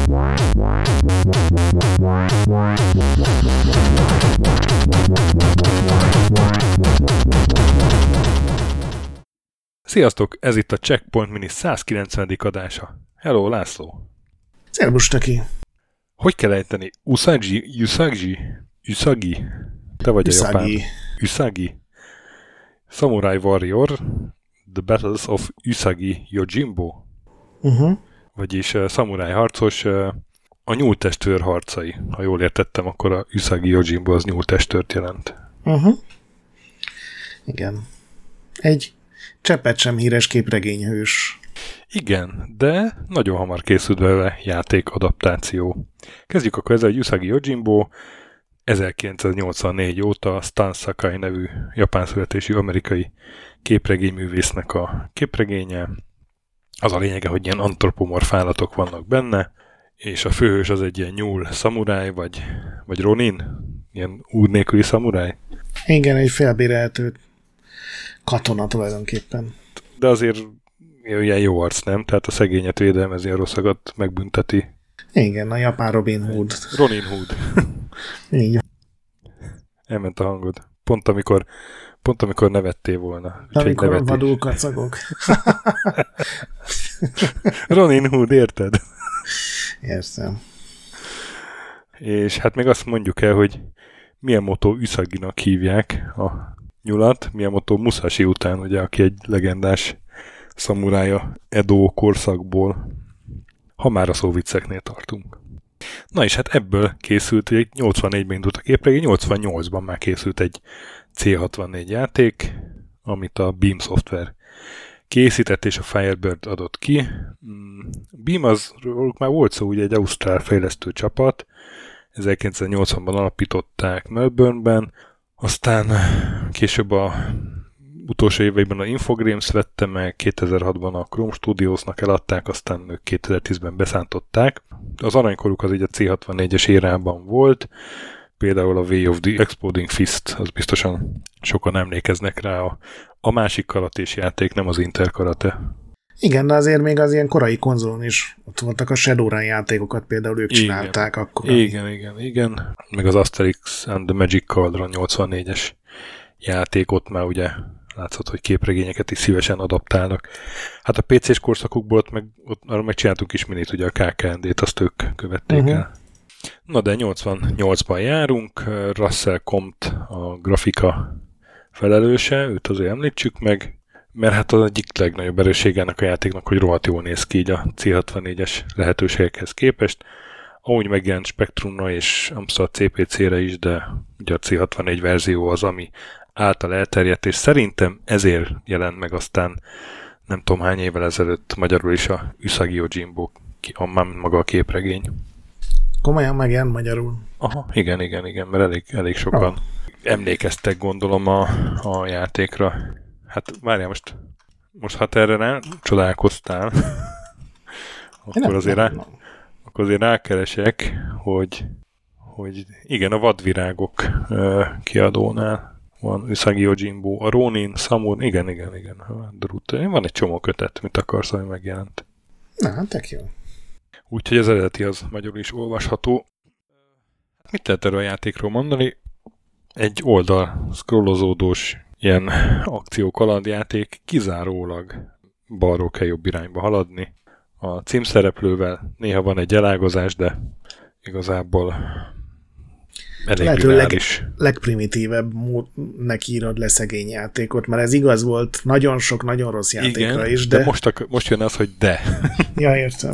Sziasztok, ez itt a Checkpoint Mini 190. adása. Hello, László! Szervusz neki! Hogy kell ejteni? Usagi? Te vagy Usagi. A japán. Usagi? Samurai Warrior, The Battles of Usagi Yojimbo. Vagyis szamuráj harcos, a nyúltestőr harcai. Ha jól értettem, akkor a Usagi Yojimbo az nyúltestőrt jelent. Igen. Egy cseppet sem híres képregényhős. Igen, de nagyon hamar készült vele játékadaptáció. Kezdjük akkor ezzel, hogy Usagi Yojimbo 1984 óta Stan Sakai nevű japán születésű amerikai képregényművésznek a képregénye. Az a lényege, hogy ilyen antropomorf állatok vannak benne, és a főhős az egy ilyen nyúl szamuráj, vagy ronin, ilyen úr nélküli szamuráj. Igen, egy felbéreltő katona tulajdonképpen. De azért ilyen jó arc, nem? Tehát a szegényet védelmezi, a rosszakat megbünteti. Igen, a japán Robin Hood. Ronin Hood. Így. Elment a hangod. Pont amikor nevettél volna. Amikor vadul kacagok. Ronin Hood, érted? Értem. És hát még azt mondjuk el, hogy Miyamoto Usaginak hívják a nyulat, Miyamoto Musashi után, ugye, aki egy legendás szamurája Edo korszakból, ha már a szóvicceknél tartunk. Na és hát ebből készült, hogy 84-ben indult a képregény, 88-ban már készült egy C64 játék, amit a Beam Software készített, és a Firebird adott ki. Beam róluk már volt szó, ugye egy ausztrál fejlesztő csapat, 1980-ban alapították Melbourneben, aztán később a utolsó években a Infogrames vette meg, 2006-ban a Chrome Studiosnak eladták, aztán ők 2010-ben beszántották. Az aranykoruk az így a C64-es érában volt, például a Way of the Exploding Fist, az biztosan sokan emlékeznek rá, a másik karatés játék, nem az Interkarate. Igen, de azért még az ilyen korai konzolon is ott voltak a Shadowrun játékokat, például ők csinálták akkor. Igen. Meg az Asterix and the Magic Cauldron 84-es játékot már ugye látszott, hogy képregényeket is szívesen adaptálnak. Hát a PC-s korszakukból ott arra megcsináltunk is minit, ugye a KKND-t, azt ők követték el. Na de 88-ban járunk, Russell Compt a grafika felelőse, őt azért említsük meg, mert hát az egyik legnagyobb erőssége ennek a játéknak, hogy rohadt jól néz ki így a C64-es lehetőségekhez képest. Ahogy megjelent Spectrumra és a CPC-re is, de ugye a C64 verzió az, ami által elterjedt, és szerintem ezért jelent meg aztán nem tudom hány évvel ezelőtt magyarul is a Usagi Yojimbo, maga a képregény. Komolyan megjelent magyarul? Aha, igen, mert elég sokan emlékeztek, gondolom, a játékra. Hát várjál, most ha te erre nem csodálkoztál, akkor azért rákeresek, hogy igen, a Vadvirágok kiadónál van Usagi Yojimbo, a Ronin, Samur, igen. Van egy csomó kötet, mit akarsz, ami megjelent. Na, tök jó. Úgyhogy az eredeti az magyarul is olvasható. Mit lehet erről a játékról mondani? Egy oldal scrollozódós ilyen akció-kalandjáték, kizárólag balról kell jobb irányba haladni. A címszereplővel néha van egy elágazás, de igazából elég lineáris. Legprimitívebb módnek írod le szegény játékot, mert ez igaz volt nagyon sok, nagyon rossz játékra igen, is, de... most jön az, hogy de. Ja, értem.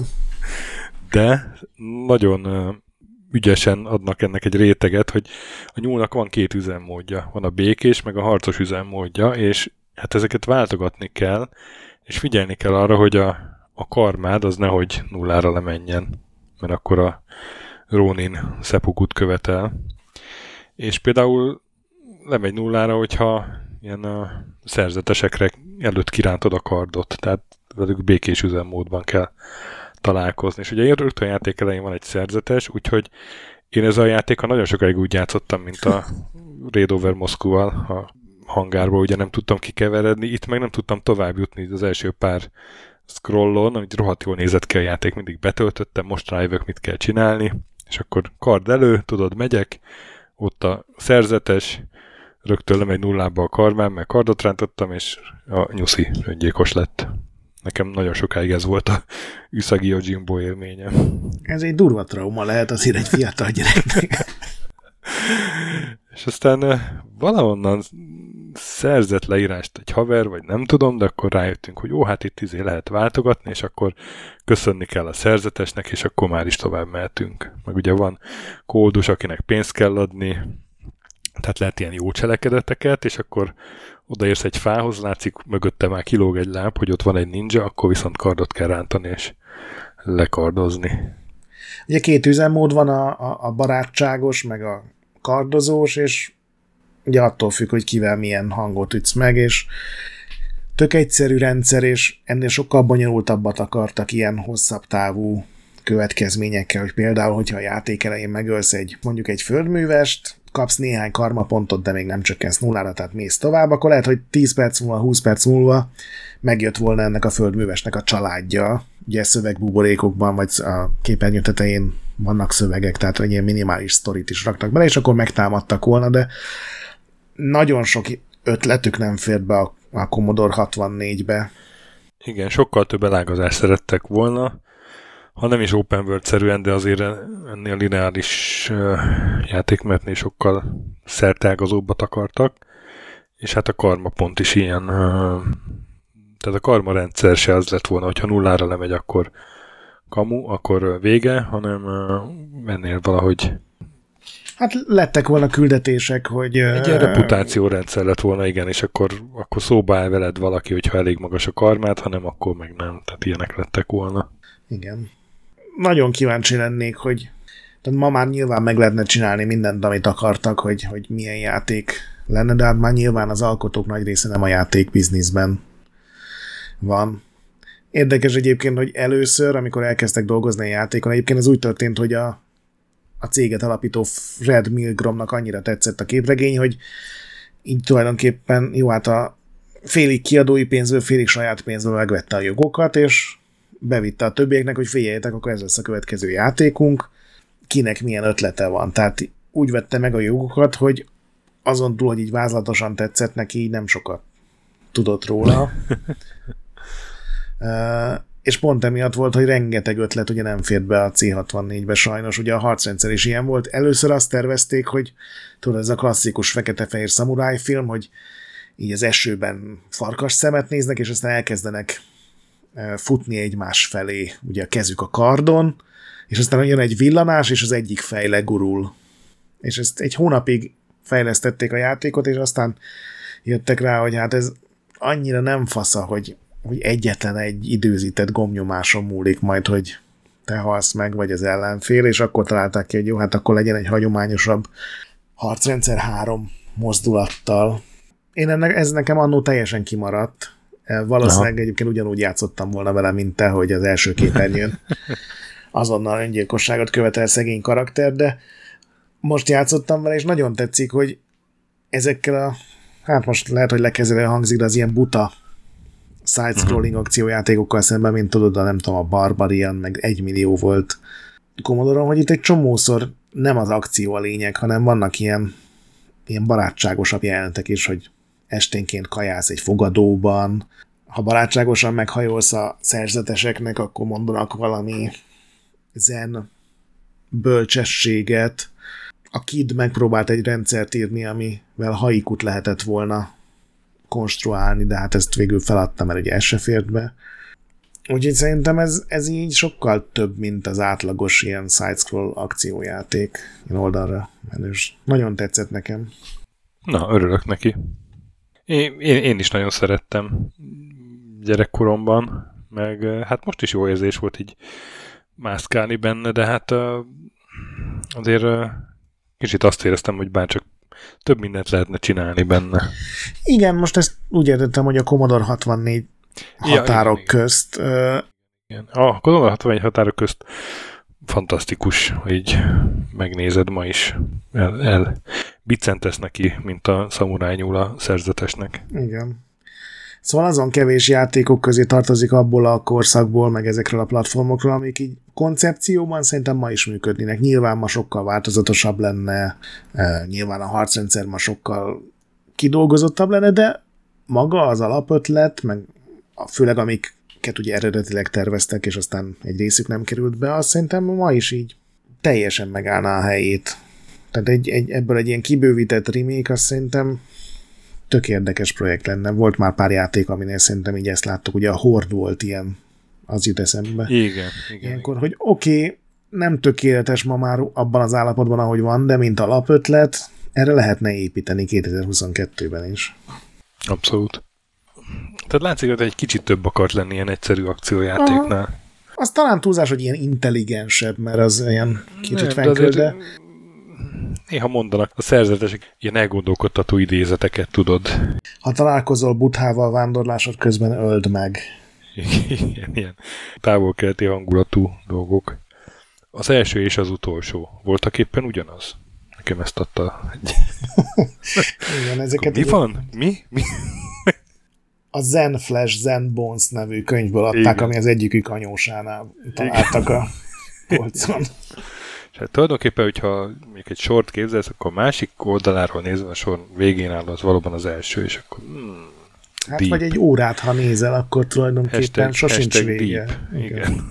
De nagyon ügyesen adnak ennek egy réteget, hogy a nyúlnak van két üzemmódja. Van a békés, meg a harcos üzemmódja, és hát ezeket váltogatni kell, és figyelni kell arra, hogy a karmád az nehogy nullára lemenjen, mert akkor a Ronin seppuku-t követel. És például lemegy nullára, hogyha ilyen szerzetesekre előtt kirántod a kardot, tehát velük békés üzemmódban kell találkozni. És ugye rögtön a játék elején van egy szerzetes, úgyhogy én ezzel a játékkal nagyon sokáig úgy játszottam, mint a Raid Over Moscow-val a hangárból, ugye nem tudtam kikeveredni, itt meg nem tudtam tovább jutni az első pár scrollon, amit rohadt jól nézett ki a játék, mindig betöltöttem, most rájövök, mit kell csinálni, és akkor kard elő, tudod, megyek, ott a szerzetes, rögtön lemegy nullába a karmám, meg kardot rántottam, és a nyuszi öngyilkos lett. Nekem nagyon sokáig ez volt a Usagi Yojimbo élményem. Ez egy durva trauma lehet azért egy fiatal gyereknek. És aztán valahonnan szerzett leírást egy haver, vagy nem tudom, de akkor rájöttünk, hogy hát itt lehet váltogatni, és akkor köszönni kell a szerzetesnek, és akkor már is tovább mehetünk. Meg ugye van kódus, akinek pénzt kell adni, tehát lehet ilyen jó cselekedeteket, és akkor odaérsz egy fához, látszik mögötte már kilóg egy láb, hogy ott van egy ninja, akkor viszont kardot kell rántani, és lekardozni. Ugye 2 üzemmód van, a barátságos, meg a kardozós, és ugye attól függ, hogy kivel milyen hangot ütsz meg, és tök egyszerű rendszer, és ennél sokkal bonyolultabbat akartak ilyen hosszabb távú következményekkel, hogy például, hogyha a játék elején megölsz mondjuk egy földművest, kapsz néhány karmapontot, de még nem csökkensz nullára, tehát mész tovább, akkor lehet, hogy 10 perc múlva, 20 perc múlva megjött volna ennek a földművesnek a családja. Ugye szövegbuborékokban, vagy a képernyő tetején vannak szövegek, tehát egy ilyen minimális sztorit is raktak bele, és akkor megtámadtak volna, de nagyon sok ötletük nem fért be a Commodore 64-be. Igen, sokkal több elágazást szerettek volna, ha nem is open world-szerűen, de azért ennél lineáris játékmenetnél sokkal szerteágazóbbat akartak, és hát a karma pont is ilyen, tehát a karma rendszer se az lett volna, hogyha nullára lemegy, akkor kamu, akkor vége, hanem ennél valahogy... Hát lettek volna küldetések, hogy... Egy ilyen reputációrendszer lett volna, igen, és akkor szóba áll veled valaki, hogyha elég magas a karmát, hanem akkor meg nem, tehát ilyenek lettek volna. Igen. Nagyon kíváncsi lennék, hogy tehát ma már nyilván meg lehetne csinálni mindent, amit akartak, hogy milyen játék lenne, de hát már nyilván az alkotók nagy része nem a játékbizniszben van. Érdekes egyébként, hogy először, amikor elkezdtek dolgozni a játékon, egyébként ez úgy történt, hogy a céget alapító Fred Milgramnak annyira tetszett a képregény, hogy így tulajdonképpen jó, hát a félig kiadói pénzből, félig saját pénzből megvette a jogokat, és bevitte a többieknek, hogy figyeljetek, akkor ez lesz a következő játékunk, kinek milyen ötlete van. Tehát úgy vette meg a jogokat, hogy azon túl, hogy így vázlatosan tetszett neki, így nem sokat tudott róla. És pont emiatt volt, hogy rengeteg ötlet ugye nem fért be a C64-be sajnos. Ugye a harcrendszer is ilyen volt. Először azt tervezték, hogy tudod, ez a klasszikus fekete-fehér szamuráj film, hogy így az esőben farkas szemet néznek, és aztán elkezdenek futni egymás felé, ugye a kezük a kardon, és aztán jön egy villanás, és az egyik fej legurul. És ezt egy hónapig fejlesztették a játékot, és aztán jöttek rá, hogy hát ez annyira nem fasza, hogy egyetlen egy időzített gombnyomáson múlik majd, hogy te halsz meg, vagy az ellenfél, és akkor találták ki, hogy jó, hát akkor legyen egy hagyományosabb harcrendszer 3 mozdulattal. Ez nekem annó teljesen kimaradt. Valószínűleg egyébként ugyanúgy játszottam volna vele, mint te, hogy az első képernyőn azonnal öngyilkosságot követel szegény karakter, de most játszottam vele, és nagyon tetszik, hogy ezekkel hát most lehet, hogy lekezelően hangzik, de az ilyen buta side-scrolling akciójátékokkal szemben, mint tudod, nem tudom, a Barbarian, meg 1 millió volt Commodore-on, hogy itt egy csomószor nem az akció a lényeg, hanem vannak ilyen barátságosabb jelenetek is, hogy esténként kajálsz egy fogadóban, ha barátságosan meghajolsz a szerzeteseknek, akkor mondanak valami zen bölcsességet. A Kid megpróbált egy rendszert írni, amivel haikut lehetett volna konstruálni, de hát ezt végül feladtam, mert ugye ez se fért be. Úgyhogy szerintem ez így sokkal több, mint az átlagos ilyen side-scroll akciójáték, ilyen oldalra menős. Nagyon tetszett nekem. Na, örülök neki. Én is nagyon szerettem gyerekkoromban, meg hát most is jó érzés volt így mászkálni benne, de hát azért kicsit azt éreztem, hogy bárcsak több mindent lehetne csinálni benne. Igen, most ezt úgy értettem, hogy a Commodore 64 határok közt. Igen. A Commodore 64 határok közt fantasztikus, hogy így megnézed ma is. Bicentesz neki, mint a szamuráj nyúl a szerzetesnek. Igen. Szóval azon kevés játékok közé tartozik abból a korszakból, meg ezekről a platformokról, amik így koncepcióban szerintem ma is működnének. Nyilván ma sokkal változatosabb lenne, nyilván a harcrendszer ma sokkal kidolgozottabb lenne, de maga az alapötlet, meg főleg amiket ugye eredetileg terveztek, és aztán egy részük nem került be, azt szerintem ma is így teljesen megállná a helyét. Tehát ebből egy ilyen kibővített remake, azt szerintem tök érdekes projekt lenne. Volt már pár játék, aminél szerintem így ezt láttuk, ugye a Horde volt ilyen, az jut eszembe. Igen. Ilyenkor, hogy oké, nem tökéletes ma már abban az állapotban, ahogy van, de mint alapötlet, erre lehetne építeni 2022-ben is. Abszolút. Tehát látszik, hogy egy kicsit több akart lenni ilyen egyszerű akciójátéknál. Az talán túlzás, hogy ilyen intelligensebb, mert az ilyen kicsit fenköl, de... Néha mondanak a szerzetesek ilyen elgondolkodtató idézeteket, tudod. Ha találkozol Buddhával vándorlásod közben, öld meg. Ilyen távol-keleti hangulatú dolgok. Az első és az utolsó voltak éppen ugyanaz. Nekem ezt adta. Igen, ezeket mi van? Mi? A Zen Flash, Zen Bones nevű könyvből adták, igen, ami az egyikük anyósánál találtak a polcon. És hát tulajdonképpen, hogyha még egy sort képzelsz, akkor a másik oldaláról nézve a sor végén áll az valóban az első, és akkor hát deep. Vagy egy órát, ha nézel, akkor tulajdonképpen sosincs vége. Igen.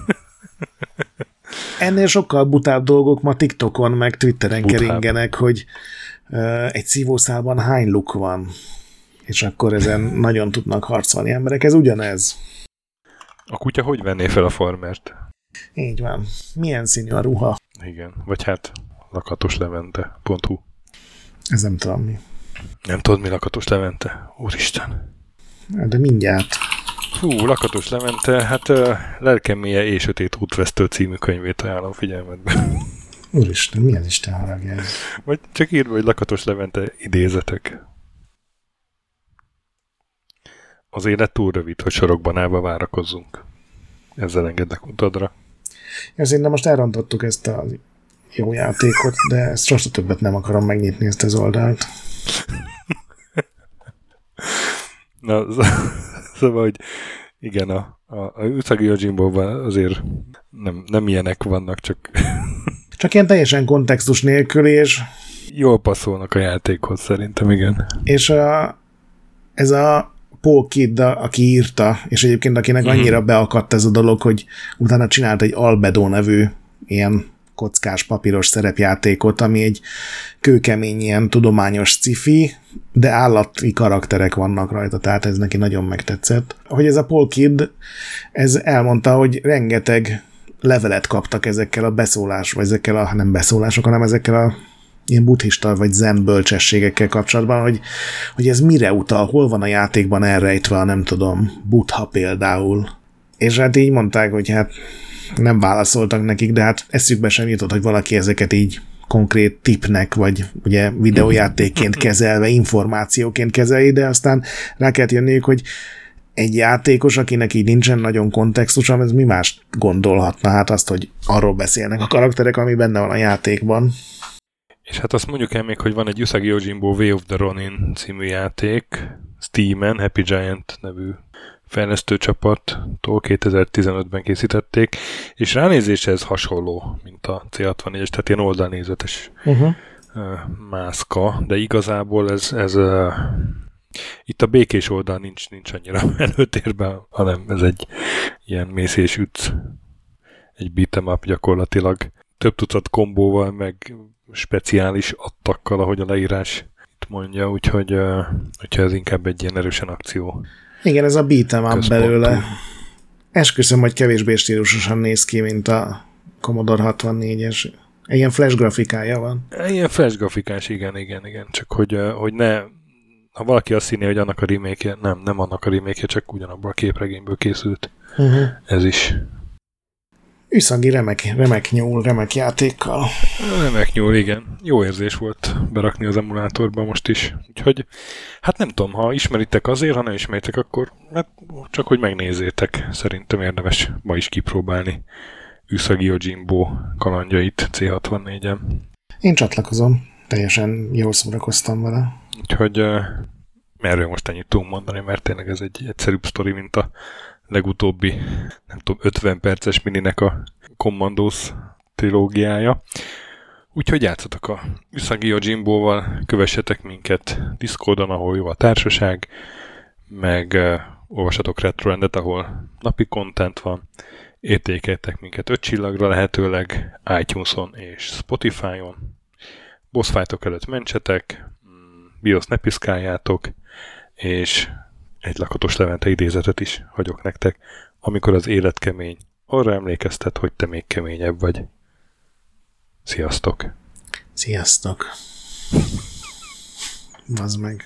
Ennél sokkal butább dolgok ma TikTokon, meg Twitteren keringenek, hogy egy szívószálban hány luk van, és akkor ezen nagyon tudnak harcolni emberek. Ez ugyanez. A kutya hogy venné fel a farmert? Így van. Milyen színű a ruha? Igen. Vagy hát lakatoslevente.hu. Ez nem tudom mi. Nem tudod, mi Lakatos Levente? Úristen. De mindjárt. Fú, Lakatos Levente, hát Lelkem mélye és sötét útvesztő című könyvét ajánlom figyelmetbe. Úristen, milyen Isten haragja ez? Vagy csak írva, hogy Lakatos Levente idézetek. Az élet túl rövid, hogy sorokban állva várakozzunk. Ezzel engednek utadra. Ja, szerintem most elrontottuk ezt a jó játékot, de ezt sosem többet nem akarom megnyitni, ezt az oldalt. Na, szóval, hogy igen, a Usagi Yojimbo-ban azért nem ilyenek vannak, csak... Csak ilyen teljesen kontextus nélkül, és... Jól passzolnak a játékhoz, szerintem, igen. És ez a Paul Kidd, aki írta, és egyébként akinek annyira beakadt ez a dolog, hogy utána csinált egy Albedo nevű ilyen kockás, papíros szerepjátékot, ami egy kőkemény ilyen tudományos sci-fi, de állati karakterek vannak rajta, tehát ez neki nagyon megtetszett. Hogy ez a Paul Kidd, ez elmondta, hogy rengeteg levelet kaptak ezekkel a vagy ezekkel a, nem beszólások, hanem ezekkel a ilyen buddhista vagy zen bölcsességekkel kapcsolatban, hogy ez mire utal, hol van a játékban elrejtve a nem tudom, Buddha például. És hát így mondták, hogy hát nem válaszoltak nekik, de hát eszükbe sem jutott, hogy valaki ezeket így konkrét tipnek, vagy ugye videójátékként kezelve, információként kezeli, de aztán rá kellett jönniük, hogy egy játékos, akinek így nincsen nagyon kontextusa, ez mi más gondolhatna? Hát azt, hogy arról beszélnek a karakterek, ami benne van a játékban. És hát azt mondjuk el még, hogy van egy Usagi Yojimbo Way of the Ronin című játék, Steamen, Happy Giant nevű fejlesztőcsapattól 2015-ben készítették, és ránézésre ez hasonló, mint a C64-es, tehát ilyen oldalnézetes mászka, de igazából ez itt a békés oldal nincs annyira előtérben, hanem ez egy ilyen mész és ütsz, egy beat'em up gyakorlatilag, több tucat kombóval, meg speciális attakkal, ahogy a leírás itt mondja, úgyhogy ez inkább egy ilyen erősen akció. Igen, ez a beat'em up belőle. Esküszöm, hogy kevésbé stílusosan néz ki, mint a Commodore 64-es. Ilyen flash grafikája van. Ilyen flash grafikás, igen. Csak hogy ne, ha valaki azt hinné, hogy annak a remake-je, nem annak a remake-je, csak ugyanabban a képregényből készült. Ez is. Usagi remek nyúl, remek játékkal. Remek nyúl, igen. Jó érzés volt berakni az emulátorba most is. Úgyhogy, hát nem tudom, ha ismeritek azért, ha nem ismeritek, akkor hát csak hogy megnézzétek. Szerintem érdemes ma is kipróbálni Usagi Yojimbo kalandjait C64-en. Én csatlakozom. Teljesen jól szórakoztam vele. Úgyhogy Erről most ennyit tudunk mondani, mert tényleg ez egy egyszerűbb sztori, mint a legutóbbi, nem tudom, 50 perces mininek a Commandos trilógiája. Úgyhogy játszatok a Usagi Yojimbo-val, kövessetek minket Discordon, ahol jó a társaság, meg olvassatok Retrorendet, ahol napi content van, értékeltek minket 5 csillagra lehetőleg iTunes-on és Spotify-on, boss fightok előtt mentsetek, BIOS ne piszkáljátok, és egy Lakatos Levente idézetet is hagyok nektek, amikor az élet kemény, arra emlékeztet, hogy te még keményebb vagy. Sziasztok! Sziasztok! Bazd meg!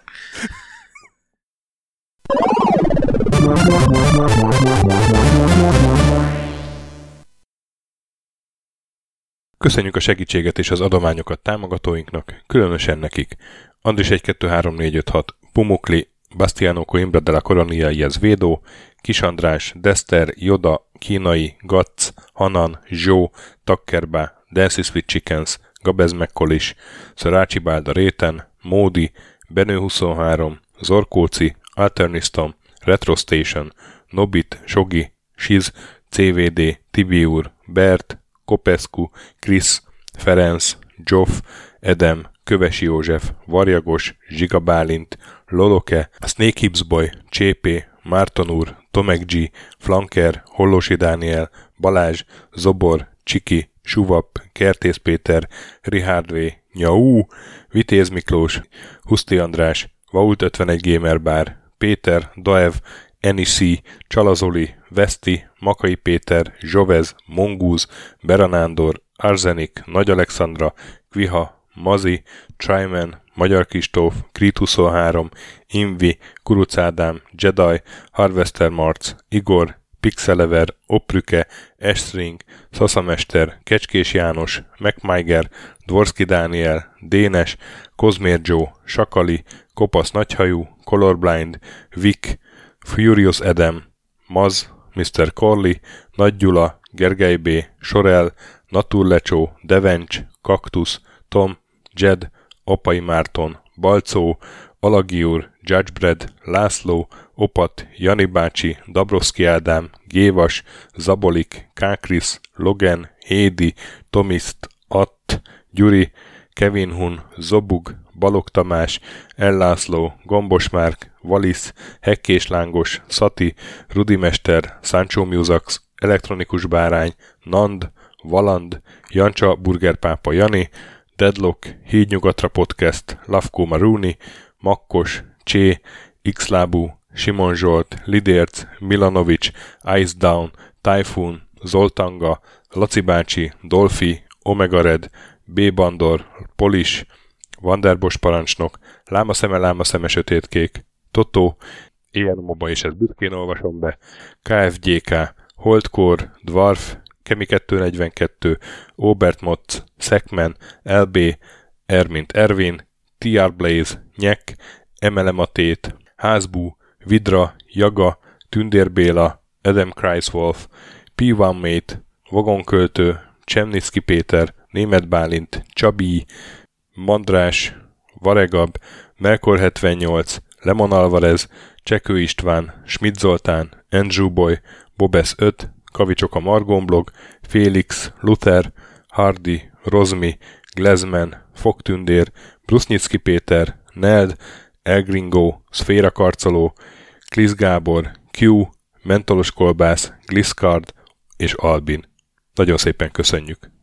Köszönjük a segítséget és az adományokat támogatóinknak, különösen nekik. Andris 1-2-3-4-5-6, Pumukli, Bastiano Coimbra de la Coronia Iez Védó, Kis András, Dester, Joda, Kínai, Gatz, Hanan, Zsó, Takkerbá, Dances with Chickens, Gabez Mekkolis, Szarácsi Bálda Réten, Módi, Benő 23, Zorkóci, Alternisztom, Retro Station, Nobit, Sogi, Siz, CVD, Tibiur, Bert, Kopescu, Krisz, Ferenc, Zsoff, Edem, Kövesi József, Varjagos, Zsiga Bálint, Loloke, Snake Hips Boy, Csépé, Márton úr, Tomek G, Flanker, Hollósi Dániel, Balázs, Zobor, Csiki, Suvap, Kertész Péter, Richard V, Nyau, Vitéz Miklós, Huszti András, Vault 51 Gamer Bar, Péter, Daev, Enisi, Csalazoli, Veszti, Makai Péter, Zsovez, Mongúz, Beranándor, Arzenik, Nagy Alexandra, Kviha, Mazi, Tryman, Magyar Kristóf, Krit 23, Invi, Kuruc Ádám, Jedi, Harvester Marc, Igor, Pixelever, Oprüke, Estring, Szaszamester, Kecskés János, MacMiger, Dvorski Dániel, Dénes, Kozmér Joe, Sakali, Kopasz Nagyhajú, Colorblind, Vic, Furious Edem, Maz, Mr. Corley, Nagy Gyula, Gergely B., Sorel, Naturlecsó, Devencs, Kaktusz, Tom, Jed, Apai Márton, Balcó, Alagiur, Judgebred, László, Opat, Jani bácsi, Dabrowski Ádám, Gévas, Zabolik, Kákris, Logan, Hédi, Tomiszt, Att, Gyuri, Kevin Hun, Zobug, Balog Tamás, Ellászló, Gombos Márk, Valisz, Hekkés Lángos, Szati, Rudimester, Sancho Musax, Elektronikus Bárány, Nand, Valand, Jancsa Burgerpápa Jani, Deadlock, Hídnyugatra Podcast, Lavko Maruni, Makkos, Csé, Xlábú, Simon Zsolt, Lidérc, Milanovic, Ice Down, Typhoon, Zoltanga, Laci bácsi, Dolfi, Omega Red, B. Bandor, Polis, Vanderbos parancsnok, Lámaszeme sötétkék, Totó, ilyen moba és ezt büszkén olvasom be, KFGK, Holdcore, Dwarf, Kemi 242, Obert Motz, Szekmen, LB, Ermint Ervin, TR Blaze, Nyek, Emelem a Tét, Házbú, Vidra, Jaga, Tündér Béla, Adam Kreiswolf, P1 Mate, Vagonköltő, Csemnicki Péter, Németh Bálint, Csabi, Mandrás, Varegab, Melkor 78, Lemon Alvarez, Csekő István, Schmidt Zoltán, Andrew Boy, Bobesz 5, Kavicsok a Margonblog, Félix, Luther, Hardy, Rozmi, Glezman, Fogtündér, Brusznyicki Péter, Neld, Elgringo, Szféra Karcoló, Klisz Gábor, Q, Mentolos Kolbász, Gliscard és Albin. Nagyon szépen köszönjük!